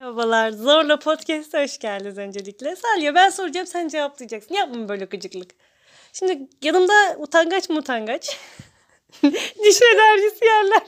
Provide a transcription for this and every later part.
Merhabalar. Zorla Podcast'a hoş geldiniz öncelikle. Salya ben soracağım sen cevaplayacaksın. Yapma böyle gıcıklık. Şimdi yanımda utangaç mı utangaç? Diş enerjisi yerler.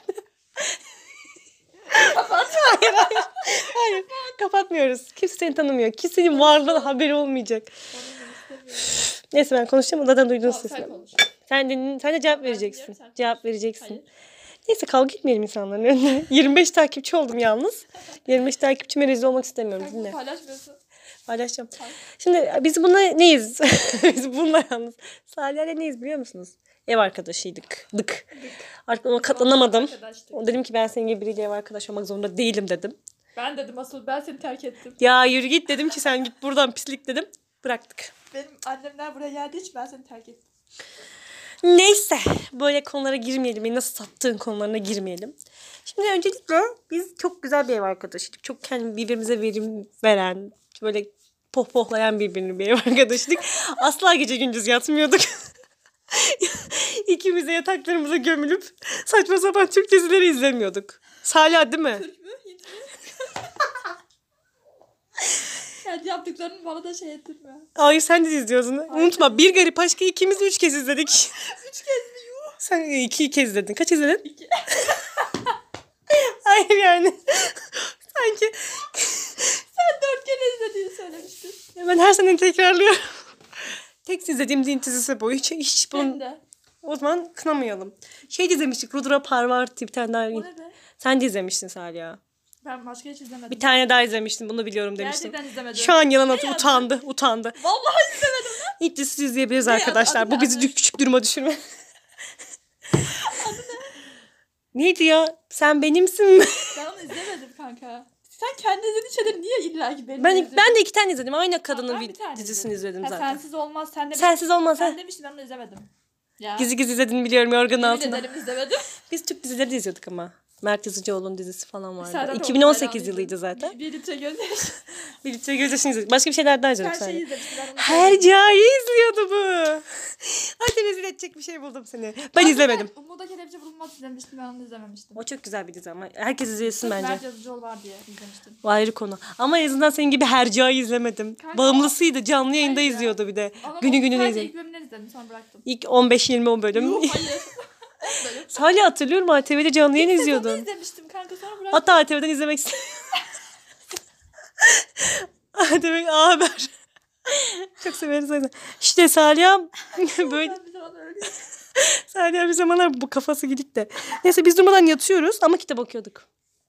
Hayır. Kapatmıyoruz. Kimse seni tanımıyor. Kimsenin varlığına haberi olmayacak. Neyse ben konuşacağım. Zaten duydunuz sesini. Sen de cevap vereceksin. Cevap vereceksin. Hayır. Neyse kavga etmeyelim insanların önüne. 25 takipçi oldum yalnız. 25 takipçime rezil olmak istemiyorum. Dinle. Paylaşmıyorsun. Paylaşacağım. Hayır. Şimdi biz buna neyiz? Biz bununla yalnız. Salih'le neyiz biliyor musunuz? Ev arkadaşıydık. Artık ona katlanamadım. Dedim ki ben senin gibi biriyle ev arkadaş olmak zorunda değilim dedim. Ben dedim asıl ben seni terk ettim. Ya yürü git dedim ki sen git buradan pislik dedim. Bıraktık. Benim annemler buraya geldiği için ben seni terk ettim. Neyse böyle konulara girmeyelim. Beni nasıl sattığın konularına girmeyelim. Şimdi öncelikle biz çok güzel bir ev arkadaşıydık. Çok birbirimize verim veren, böyle pohpohlayan birbirini bir ev arkadaşıydık. Asla gece gündüz yatmıyorduk. İkimiz de yataklarımıza gömülüp saçma sapan Türk dizileri izlemiyorduk. Salih değil mi? Türk mü? Hint mi? Kendi yaptıklarını bana da şey ettirme. Ay sen de izliyorsun. Hayır. Unutma Bir Garip Aşk'ı ikimiz de 3 kez izledik. 3 kez mi yuh? Sen 2 kez izledin. Kaç izledin? 2. Hayır yani. Sanki. Sen 4 kere izlediğini söylemiştin. Ben her sene tekrarlıyorum. Tek izlediğim din dizisi bu. Hiç bunun... Ben de. O zaman kınamayalım. izlemiştik. Rudra Parvati bir tane daha. O ne be? Sen de izlemiştin Salih. Ben başka hiç izlemedim. Bir tane daha izlemiştim. Bunu biliyorum demiştim. Gerçekten izlemedim. Şu an yalan atı utandı. Vallahi izlemedim lan. İlk dizisi izleyebiliriz arkadaşlar. Bu bizi küçük duruma düşürme. Adı ne? Neydi ya? Sen benimsin mi? Ben onu izlemedim kanka. Sen kendi izlediğin şeyleri niye illa ki benim Ben de 2 tane izledim. Aynı kadının bir tane dizisini izledim zaten. Sensiz olmaz. Sensiz olmaz. Sen demiştin ben onu izlemedim. Ya. Gizli izlediğini biliyorum yorganın Yemin altında. ederim izlemedim. Biz Türk dizileri de izliyorduk ama. Mert Yazıcıoğlu'nun dizisi falan vardı. Serdar 2018 yılıydı zaten. Bir litre gözyaşı. Bir litre gözyaşını izledik. Başka bir şeyler daha izledik. Her şeyi izlemiştim. Hercai'yi izliyordu bu. Hadi rezil edecek bir şey buldum seni. Ben izlemedim. Umut'a Kelepçe Bulunmaz izlemiştim. Ben onu izlememiştim. O çok güzel bir dizi ama herkes izlesin bence. Mert Yazıcıoğlu var diye izlemiştim. O ayrı konu. Ama en azından senin gibi Hercai'yi izlemedim. Kanka, Bağımlısıydı. Canlı yayında hayır ya. izliyordu bir de. Ama Günü sadece izledim. ilk bölümleri izledim sonra bıraktım. İlk 15-20 bölüm. Yuh hayır. Bölüm. Salih hatırlıyorum ATV'de canlı yayın izliyordun. İlk izlemiştim kanka sonra bıraktım. Hatta ATV'den izlemek istedim. ATV haber. Çok severiz öyle. İşte Salih böyle Ben bir zaman öyle. Salih bir zamanlar bu kafası gidik de. Neyse biz durmadan yatıyoruz ama kitap okuyorduk.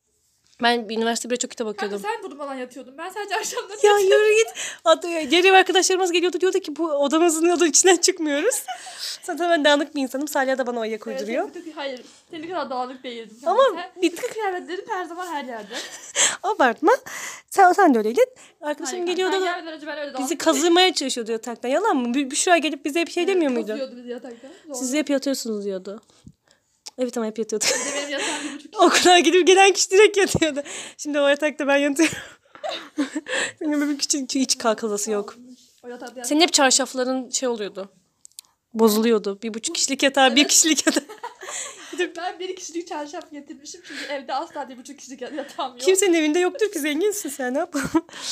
Ben bir üniversitede çok kitap Kanka okuyordum. sen durmadan yatıyordun. Ben sadece akşamları Ya yatıyordum. yürü git. Diğer arkadaşlarımız geliyordu diyordu ki bu odamızın içinden çıkmıyoruz. Zaten ben dağınık bir insanım. Salih da bana o ayak uyduruyor. Evet, hayır. Senin kadar dağınık değildim. Ama Sen, bir tık kıyafetlerin her zaman her yerde. Abartma. Sen de öyleydin. Arkadaşım Hayır, geliyordu. sen gelmeden önce ben öyle Bizi dağınık kazımaya çalışıyordu yataktan. Yalan mı? Büşra gelip bize bir şey demiyor muydu? Kazıyordu bizi yatakta. Siz hep yatıyorsunuz diyordu. Evet ama hep yatıyorduk. Bir de benim yatağım 1,5 kişi. Okula gidip gelen kişi direkt yatıyordu. Şimdi o yatakta ben yatıyorum. Benim bir küçük hiç kalkılası yok. O yatakta Senin hep çarşafların oluyordu. Bozuluyordu. 1,5 kişilik yatağı, 1 kişilik yatağı. Ben 1 kişilik çarşaf getirmişim çünkü evde asla 1,5 kişilik yatağım yok. Kimsenin evinde yoktur ki zenginsin sen ne yapalım.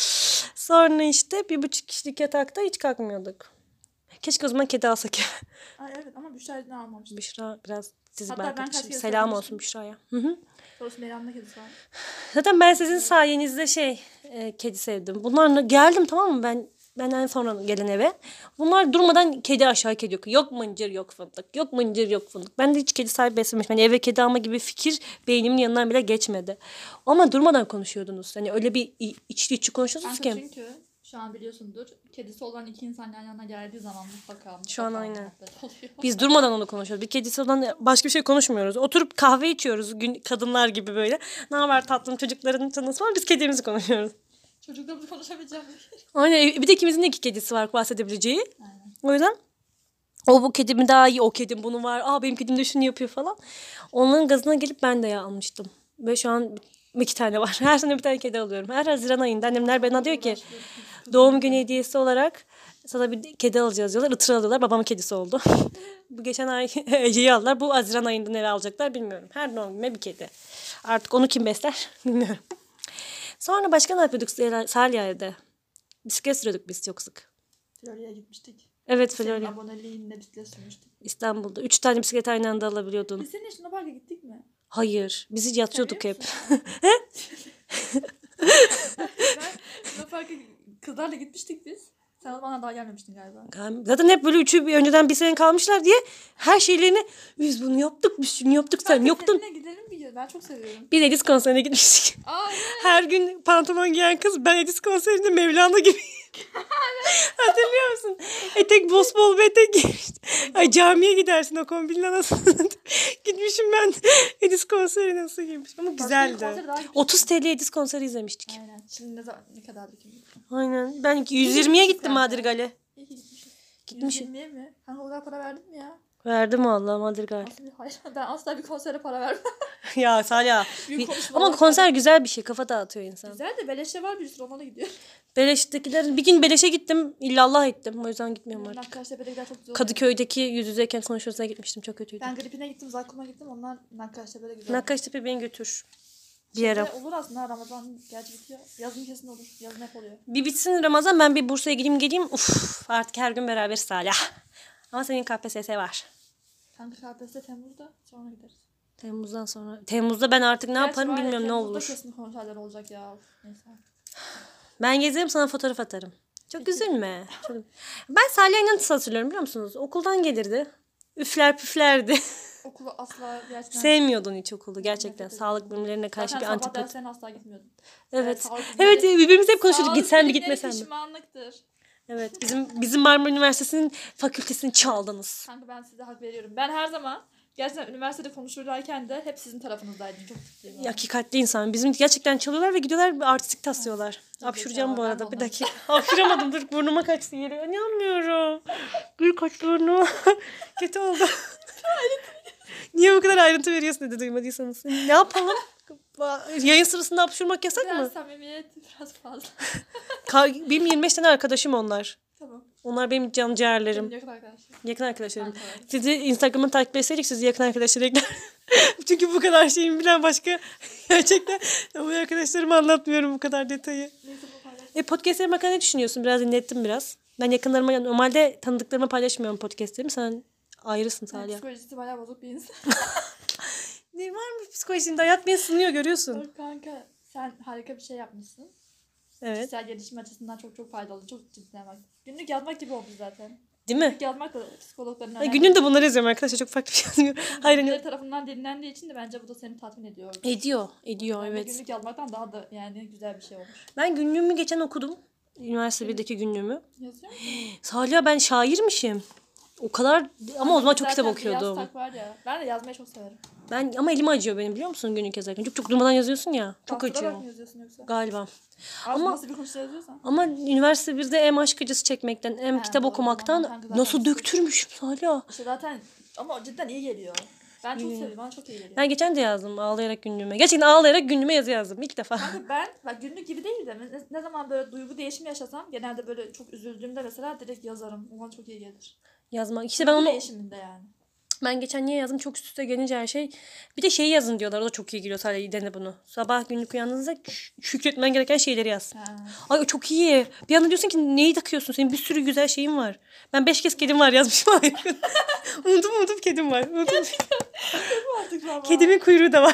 Sonra işte 1,5 kişilik yatakta hiç kalkmıyorduk. Keşke o zaman kedi alsak ya. Ay evet ama Büşra'yı almamıştım. Büşra biraz dizi Hatta bir ben arkadaşım. kaç kere Selam söylemiştim. olsun Büşra'ya. Hı. Doğrusu Meryem'de kedisi var. Zaten ben sizin sayenizde kedi sevdim. Bunlarla geldim tamam mı benden sonra gelen eve. Bunlar durmadan kedi aşağı kedi yok. Yok mıncır yok fındık. Yok mıncır yok fındık. Ben de hiç kedi sahibi beslememişim. Hani eve kedi alma gibi fikir beynimin yanından bile geçmedi. Ama durmadan konuşuyordunuz. Hani öyle bir içli konuşuyorsunuz Kanka ki. çünkü şu an biliyorsundur kedisi olan 2 insan yan yana geldiği zaman mutlaka Şu an aynen. muhabbet oluyor. Biz durmadan onu konuşuyoruz. Bir kedisi olan başka bir şey konuşmuyoruz. Oturup kahve içiyoruz kadınlar gibi böyle. Ne haber tatlım çocukların tanısı var. Biz kedimizi konuşuyoruz. Çocukla konuşabileceğim bir şey. Aynen bir de ikimizin de 2 kedisi var bahsedebileceği. Aynen. O yüzden bu kedim daha iyi, o kedim bunu var. Benim kedim de şunu yapıyor falan. Onların gazına gelip ben de almıştım. Ve şu an 2 tane var. Her sene bir tane kedi alıyorum. Her Haziran ayında annemler bana diyor ki doğum günü hediyesi olarak sana bir kedi alacağız diyorlar. Itır alıyorlar. Babamın kedisi oldu. Bu geçen ay Ece'yi aldılar. Bu Haziran ayında nereye alacaklar bilmiyorum. Her doğum günüme bir kedi. Artık onu kim besler bilmiyorum. Sonra başka ne yapıyorduk Salya'da? Bisiklet sürüyorduk biz çok sık. Florya'ya gitmiştik. Evet Senin Florya. aboneliğinle bisiklet sürmüştük. İstanbul'da. 3 tane bisiklet aynı anda alabiliyordun. Biz seninle Şuna Park'a gittik mi? Hayır. Biz yatıyorduk hep. Ben Şuna Park'a kızlarla gitmiştik biz. Sen o zaman daha gelmemiştin galiba. Zaten hep böyle üçü önceden bir sene kalmışlar diye her şeylerini biz bunu yaptık, biz şunu yaptık, sen yoktun. Seninle gidelim bir gün. Ben çok seviyorum. Biz Edis konserine gitmiştik. Aa, Her gün pantolon giyen kız ben Edis konserinde Mevlana gibi. Hatırlıyor musun? Etek bosbol bir etek giymişti. Ay camiye gidersin o kombinin anasını. Gitmişim ben Edis konserine nasıl giymişim ama güzeldi. 30 TL Edis konseri izlemiştik. Aynen. Şimdi ne kadardı kim? Aynen. Ben 120'ye gittim Madrigal'e. İyi ki gitmişim. Gitmişim. 120'ye mi? Kanka o kadar para verdin mi ya? Verdim valla Madrigal. Nasıl bir hayır. Ben asla bir konsere para vermem. Ya Salya. Büyük konuşmalar Ama konser güzel bir şey. Kafa dağıtıyor insan. Güzel de beleşe var bir sürü ona gidiyor. Beleş'tekiler bir gün Beleş'e gittim. İllallah ettim. O yüzden gitmiyorum artık. Nakkaştepe'de gider çok güzel oluyor. Kadıköy'deki yüz yüzeyken konuşuyoruz'a gitmiştim. Çok kötüydü. Ben Gripin'e gittim, Zakkum'a gittim. Onlar Nakkaştepe'de güzel. Nakkaştepe beni götür. Bir yere. Olur aslında Ramazan gerçi bitiyor. Yazın kesin olur. Yazın hep oluyor. Bir bitsin Ramazan ben bir Bursa'ya gideyim geleyim. Uf artık her gün beraber Salya. Ama senin KPSS var. Kanka KPSS Temmuz'da sonra gideriz. Temmuz'dan sonra. Temmuz'da ben artık ne yaparım bilmiyorum ne olur. Temmuz'da kesin konserler olacak ya. Neyse. Ben gezerim sana fotoğraf atarım. Çok üzülme. Ben Salya'yı nasıl hatırlıyorum biliyor musunuz? Okuldan gelirdi. Üfler püflerdi. Okulu asla gerçekten... Sevmiyordun hiç okulu gerçekten. Sağlık bilimlerine karşı Zaten bir sabah antipati. derslerine asla gitmiyordum. Evet. Sağlık Evet bilimleri- birbirimiz hep konuşuyorduk. Sağlık Gitsen mi bilimleri gitmesen mi? pişmanlıktır. Evet. Bizim Marmara Üniversitesi'nin fakültesini çaldınız. Kanka ben size hak veriyorum. Ben her zaman gerçekten üniversitede konuşurlarken de hep sizin tarafınızdaydım. Çok mutluyum. Hakikatli insan. Bizim gerçekten çalıyorlar ve gidiyorlar artistik taslıyorlar. Hapşuracağım bu arada. Bir dakika. Hapşuramadım. Dur burnuma kaçtı yeri. İnanmıyorum. Gül kaç burnuma. Kötü oldu. Niye bu kadar ayrıntı veriyorsun dedi duymadıysanız. Ne yapalım? Yayın sırasında hapşurmak yasak Biraz mı? samimiyet biraz fazla. Benim 25 tane arkadaşım onlar. Tamam. Onlar benim can ciğerlerim. Benim yakın arkadaşım. Yakın arkadaşlarım. Arkadaşlar. Sizi Instagram'dan takip etseydik sizi yakın arkadaşlar ekler. Çünkü bu kadar şeyin bilen başka gerçekten bu arkadaşlarıma anlatmıyorum bu kadar detayı. Neyse bu paylaş. Podcast'lerim hakkında ne düşünüyorsun? Biraz dinlettim biraz. Ben yakınlarıma normalde tanıdıklarıma paylaşmıyorum podcast'lerimi. Sen ayrısın Salya. Psikolojisi bayağı bozuk bir insan. Ne var mı psikolojinde? Hayat beni sınıyor görüyorsun. Yok kanka sen harika bir şey yapmışsın. Evet. Kişisel gelişim açısından çok çok faydalı. Çok cidden bak. Günlük yazmak gibi oldu zaten. Değil mi? Günlük yazmak da psikologların önemli. Günün de bunları yazıyorum arkadaşlar. Çok farklı bir şey yazmıyorum. Hayır. Birileri tarafından dinlendiği için de bence bu da seni tatmin ediyor. Ediyor Yani evet. Günlük yazmaktan daha da yani güzel bir şey olmuş. Ben günlüğümü geçen okudum. Üniversite 1'deki günlüğümü. Yazıyor musun? Salya ben şairmişim. O kadar ama o zaman çok kitap Zaten bir okuyordum. yazsak var ya. Ben de yazmayı çok severim. Ama elim acıyor benim biliyor musun günlük yazarken. Çok durmadan yazıyorsun ya. Çok Bastırarak acıyor. mı yazıyorsun yoksa? Galiba. Ama nasıl bir konuşma yazıyorsan. Ama üniversite 1'de hem aşk acısı çekmekten hem Ha, kitap doğru. okumaktan Kanka zaten nasıl bir- döktürmüşüm Salya. İşte zaten ama cidden iyi geliyor. Ben çok seviyorum. Bana çok iyi geliyor. Ben geçen de yazdım ağlayarak günlüğüme. Gerçekten ağlayarak günlüğüme yazı yazdım ilk defa. Kanka ben bak günlük gibi değil de ne zaman böyle duygu değişimi yaşasam genelde böyle çok üzüldüğümde mesela direkt yazarım. O bana çok iyi gelir. Yazmak. İşte ben onu Değişiminde yani. ben geçen niye yazdım çok üst üste gelince her şey. Bir de şeyi yazın diyorlar. O da çok iyi geliyor sadece dene bunu. Sabah günlük uyandığınızda şükretmen gereken şeyleri yaz. Ha. Ay o çok iyi. Bir anda diyorsun ki neyi takıyorsun? Senin bir sürü güzel şeyin var. Ben 5 kez kedim var yazmışım. Unuttum kedim var. Unuttum. Artık ama. Kedimin kuyruğu da var.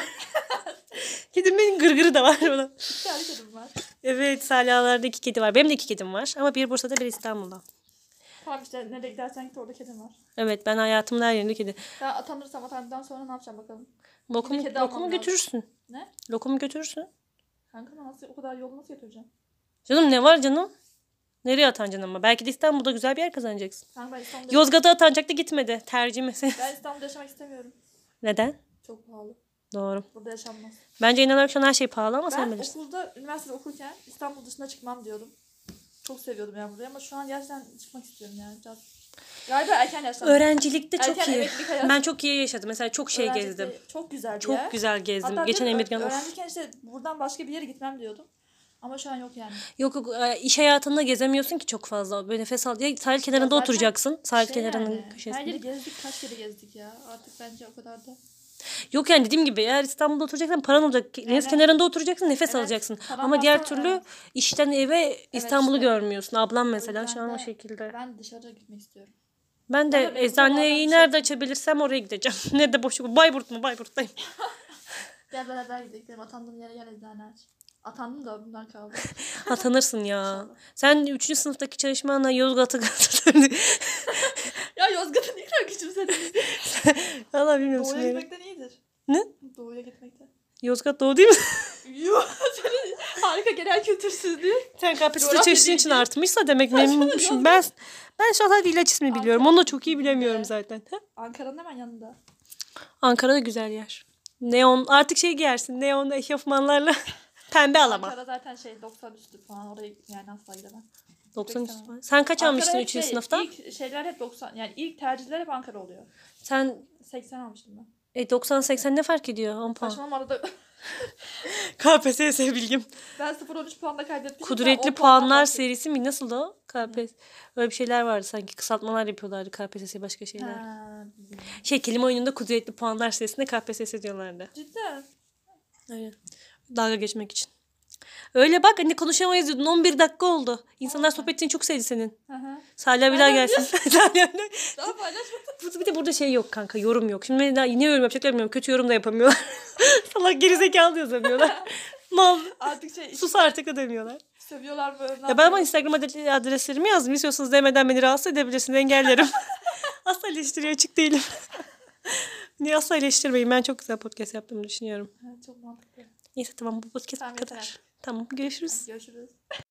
Kedimin gırgırı da var. Ona. Bir tane kedim var. Evet Saliha'larda 2 kedi var. Benim de 2 kedim var. Ama bir Bursa'da bir İstanbul'da. Tamam işte nereye gidersen git orada kedim var. Evet ben hayatımın her yerinde kedi. Ben atandıktan sonra ne yapacağım bakalım. Lokumu, kedi almam lokumu lazım. götürürsün. Ne? Lokumu götürürsün. Kanka nasıl o kadar yolu nasıl götüreceğim? Canım ne var canım? Nereye atanacaksın ama? Belki de İstanbul'da güzel bir yer kazanacaksın. Kanka ben İstanbul'da, Yozgat'a atanacaktı gitmedi. Tercih meselesi. ben İstanbul'da yaşamak istemiyorum. Neden? Çok pahalı. Doğru. Burada yaşanmaz. Bence inanarak şu an her şey pahalı ama sen Ben bilirsin. okulda, üniversitede okurken İstanbul dışına çıkmam diyordum. Çok seviyordum yani burayı ama şu an gerçekten çıkmak istiyorum yani. Biraz... Galiba erken yaşlandım. Öğrencilikte çok Erken iyi. emeklilik hayatı. Ben çok iyi yaşadım. Mesela çok şey Öğrencilikte gezdim. Çok güzel bir Çok yer. güzel gezdim. Hatta Geçen diyorum, Emirgan of. öğrenciyken işte buradan başka bir yere gitmem diyordum. Ama şu an yok yani. Yok iş hayatında gezemiyorsun ki çok fazla. Böyle nefes al. Ya sahil kenarında zaten oturacaksın. Sahil Şey kenarının yani, her köşesinde. yeri gezdik, kaç kere gezdik ya. Artık bence o kadar da. Yok yani dediğim gibi eğer İstanbul'da oturacaksan paran olacak. Deniz kenarında oturacaksın, nefes Evet, alacaksın. paran Ama diğer varsa, türlü evet. işten eve İstanbul'u işte. görmüyorsun. Ablam O mesela yüzden şu an o de şekilde. Ben dışarı gitmek istiyorum. Ben Zaten de benim eczaneyi buralardan nerede açabilirsem oraya gideceğim. Nerede boşluk. Bayburt mu? Bayburt'tayım. Gel beraber gidelim. Atandığım yere gel eczane aç. Atandım da bundan kaldı. Atanırsın ya. İnşallah. Sen 3. sınıftaki çalışmanla Yozgat'ı Ya Yozgat'ı ne kadar küçümsediniz. Valla bilmiyorum. Doğuya Sümeyye. gitmekten iyidir. Ne? Doğuya gitmekten. Yozgat Doğu değil mi? Yuh. Senin harika genel kültürsüzlüğü. Sen KPSS'de Coğrafya çalıştığın için bilgi. artmışsa demek memnunmuşum. Ben şu an sadece ilaç ismini biliyorum. Onu da çok iyi bilemiyorum zaten. Ha? Ankara'nın hemen yanında. Ankara da güzel yer. Neon artık şey giyersin. Neon eşofmanlarla pembe alama. Ankara zaten 90 üstü falan. Oraya yani asla gidemem. 90 Peki, tamam. Sen kaç almıştın Ankara 3. hep sınıfta? İlk şeyler hep 90. Yani ilk tercihler hep Ankara oluyor. Sen 80 almıştım ben. 90-80 ne fark ediyor? 10 puan. Saçmalama arada. KPSS bilgim. Ben 0-13 puanla kaybetmişim. Kudretli puanlar serisi mi? Nasıl o? KPSS. Öyle bir şeyler vardı sanki. Kısaltmalar yapıyorlardı KPSS'ye başka şeyler. Kelime oyununda kudretli puanlar serisinde KPSS diyorlardı. Cidden. Aynen. Dalga geçmek için. Öyle bak hani konuşamayız diyordun. 11 dakika oldu. İnsanlar sohbetini çok sevdi senin. Hı hı. Salih bir daha Aynen gelsin. Salih abi. Daha paylaşmadım. Bir de burada şey yok kanka. Yorum yok. Şimdi daha yine yorum yapacaklar bilmiyorum. Kötü yorum da yapamıyorlar. Salak gerizekalı yazamıyorlar. Mal. Artık Sus artık da demiyorlar. sövüyorlar böyle. Ya ben ama Instagram adreslerimi yazdım. İstiyorsanız demeden beni rahatsız edebilirsiniz. Engellerim. Asla eleştiriye açık değilim. Niye asla eleştirmeyin. Ben çok güzel podcast yaptığımı düşünüyorum. Evet, çok mantıklı. Neyse tamam bu podcast Tamam, bu kadar. yeter. Tamam görüşürüz. Görüşürüz.